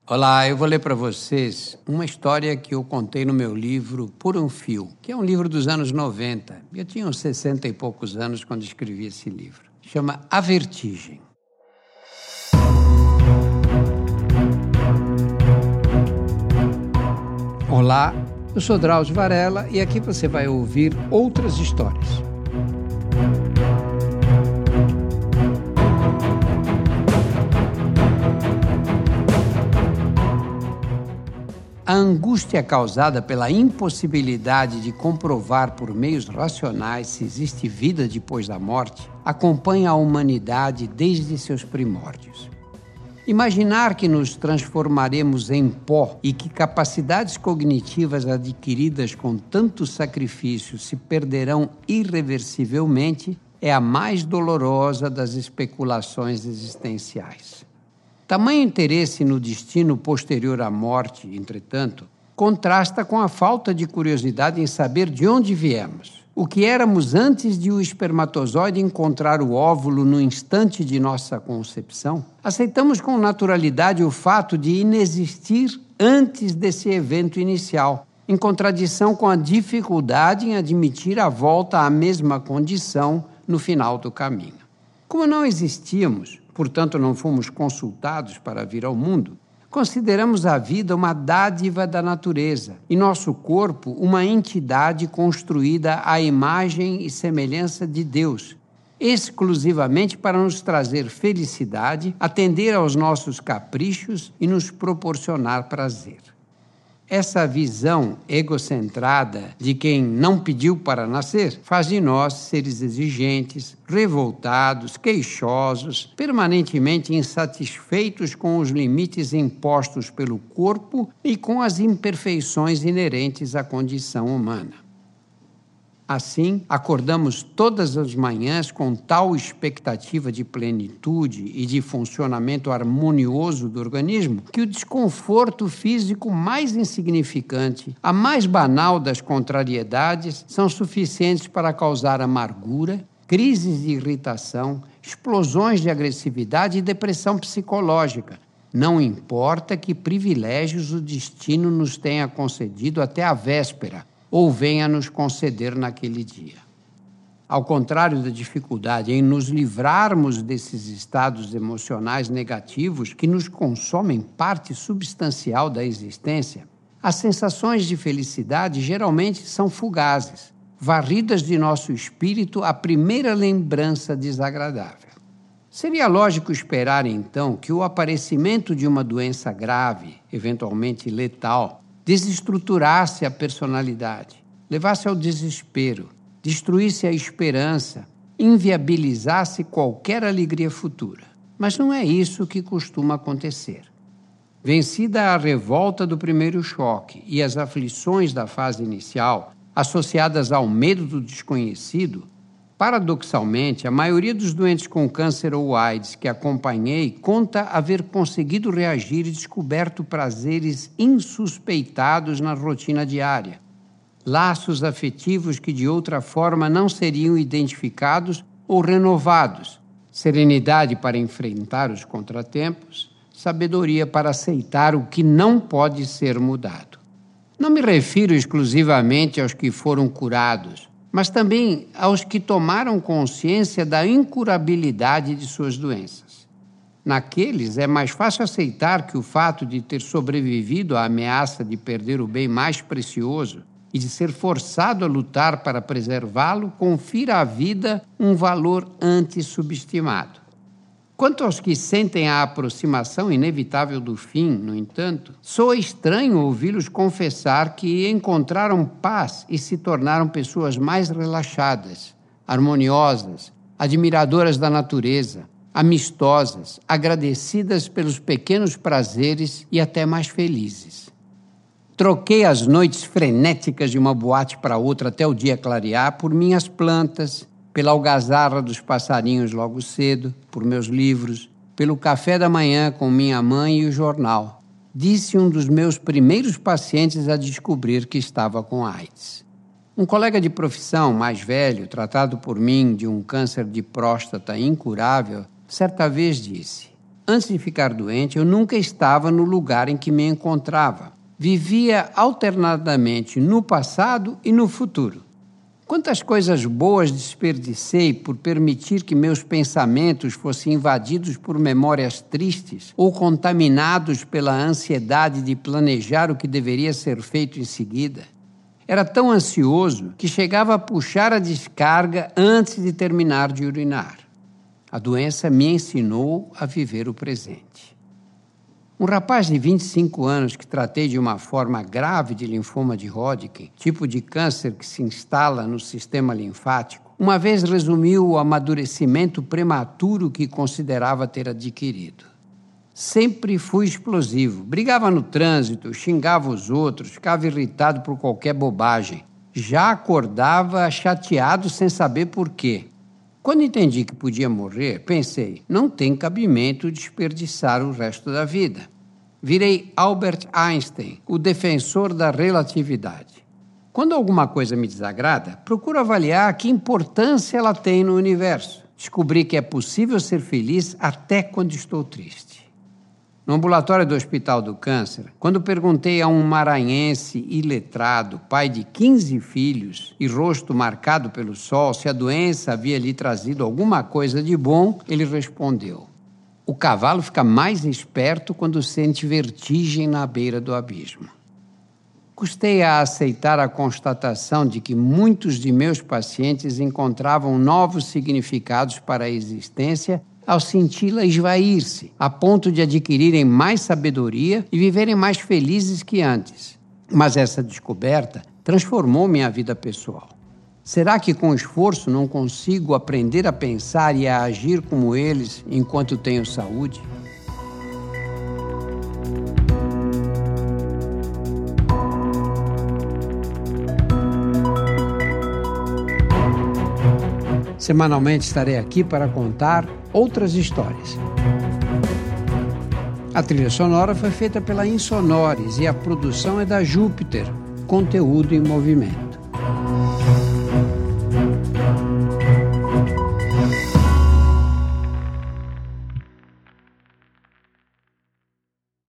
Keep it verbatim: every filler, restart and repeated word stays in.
Olá, eu vou ler para vocês uma história que eu contei no meu livro Por um Fio, que é um livro dos anos noventa. Eu tinha uns sessenta e poucos anos quando escrevi esse livro. Chama A Vertigem. Olá, eu sou Drauzio Varela e aqui você vai ouvir outras histórias. A angústia causada pela impossibilidade de comprovar por meios racionais se existe vida depois da morte acompanha a humanidade desde seus primórdios. Imaginar que nos transformaremos em pó e que capacidades cognitivas adquiridas com tanto sacrifício se perderão irreversivelmente é a mais dolorosa das especulações existenciais. Tamanho interesse no destino posterior à morte, entretanto, contrasta com a falta de curiosidade em saber de onde viemos. O que éramos antes de o espermatozoide encontrar o óvulo no instante de nossa concepção, aceitamos com naturalidade o fato de inexistir antes desse evento inicial, em contradição com a dificuldade em admitir a volta à mesma condição no final do caminho. Como não existíamos, portanto não fomos consultados para vir ao mundo, consideramos a vida uma dádiva da natureza e nosso corpo uma entidade construída à imagem e semelhança de Deus, exclusivamente para nos trazer felicidade, atender aos nossos caprichos e nos proporcionar prazer. Essa visão egocentrada de quem não pediu para nascer faz de nós seres exigentes, revoltados, queixosos, permanentemente insatisfeitos com os limites impostos pelo corpo e com as imperfeições inerentes à condição humana. Assim, acordamos todas as manhãs com tal expectativa de plenitude e de funcionamento harmonioso do organismo que o desconforto físico mais insignificante, a mais banal das contrariedades, são suficientes para causar amargura, crises de irritação, explosões de agressividade e depressão psicológica. Não importa que privilégios o destino nos tenha concedido até a véspera, ou venha nos conceder naquele dia. Ao contrário da dificuldade em nos livrarmos desses estados emocionais negativos que nos consomem parte substancial da existência, as sensações de felicidade geralmente são fugazes, varridas de nosso espírito à primeira lembrança desagradável. Seria lógico esperar, então, que o aparecimento de uma doença grave, eventualmente letal, desestruturasse a personalidade, levasse ao desespero, destruísse a esperança, inviabilizasse qualquer alegria futura. Mas não é isso que costuma acontecer. Vencida a revolta do primeiro choque e as aflições da fase inicial, associadas ao medo do desconhecido, paradoxalmente, a maioria dos doentes com câncer ou AIDS que acompanhei conta haver conseguido reagir e descoberto prazeres insuspeitados na rotina diária. Laços afetivos que de outra forma não seriam identificados ou renovados. Serenidade para enfrentar os contratempos, sabedoria para aceitar o que não pode ser mudado. Não me refiro exclusivamente aos que foram curados, mas também aos que tomaram consciência da incurabilidade de suas doenças. Naqueles, é mais fácil aceitar que o fato de ter sobrevivido à ameaça de perder o bem mais precioso e de ser forçado a lutar para preservá-lo confira à vida um valor antes subestimado. Quanto aos que sentem a aproximação inevitável do fim, no entanto, soa estranho ouvi-los confessar que encontraram paz e se tornaram pessoas mais relaxadas, harmoniosas, admiradoras da natureza, amistosas, agradecidas pelos pequenos prazeres e até mais felizes. Troquei as noites frenéticas de uma boate para outra até o dia clarear por minhas plantas, pela algazarra dos passarinhos logo cedo, por meus livros, pelo café da manhã com minha mãe e o jornal, disse um dos meus primeiros pacientes a descobrir que estava com AIDS. Um colega de profissão mais velho, tratado por mim de um câncer de próstata incurável, certa vez disse: Antes de ficar doente, eu nunca estava no lugar em que me encontrava. Vivia alternadamente no passado e no futuro. Quantas coisas boas desperdicei por permitir que meus pensamentos fossem invadidos por memórias tristes ou contaminados pela ansiedade de planejar o que deveria ser feito em seguida. Era tão ansioso que chegava a puxar a descarga antes de terminar de urinar. A doença me ensinou a viver o presente. Um rapaz de vinte e cinco anos que tratei de uma forma grave de linfoma de Hodgkin, tipo de câncer que se instala no sistema linfático, uma vez resumiu o amadurecimento prematuro que considerava ter adquirido. Sempre fui explosivo, brigava no trânsito, xingava os outros, ficava irritado por qualquer bobagem. Já acordava chateado sem saber por quê. Quando entendi que podia morrer, pensei, não tem cabimento desperdiçar o resto da vida. Virei Albert Einstein, o defensor da relatividade. Quando alguma coisa me desagrada, procuro avaliar que importância ela tem no universo. Descobri que é possível ser feliz até quando estou triste. No ambulatório do Hospital do Câncer, quando perguntei a um maranhense iletrado, pai de quinze filhos e rosto marcado pelo sol, se a doença havia lhe trazido alguma coisa de bom, ele respondeu: o cavalo fica mais esperto quando sente vertigem na beira do abismo. Custei a aceitar a constatação de que muitos de meus pacientes encontravam novos significados para a existência ao senti-la esvair-se, a ponto de adquirirem mais sabedoria e viverem mais felizes que antes. Mas essa descoberta transformou minha vida pessoal. Será que com esforço não consigo aprender a pensar e a agir como eles enquanto tenho saúde? Semanalmente estarei aqui para contar outras histórias. A trilha sonora foi feita pela Insonores e a produção é da Júpiter, conteúdo em movimento.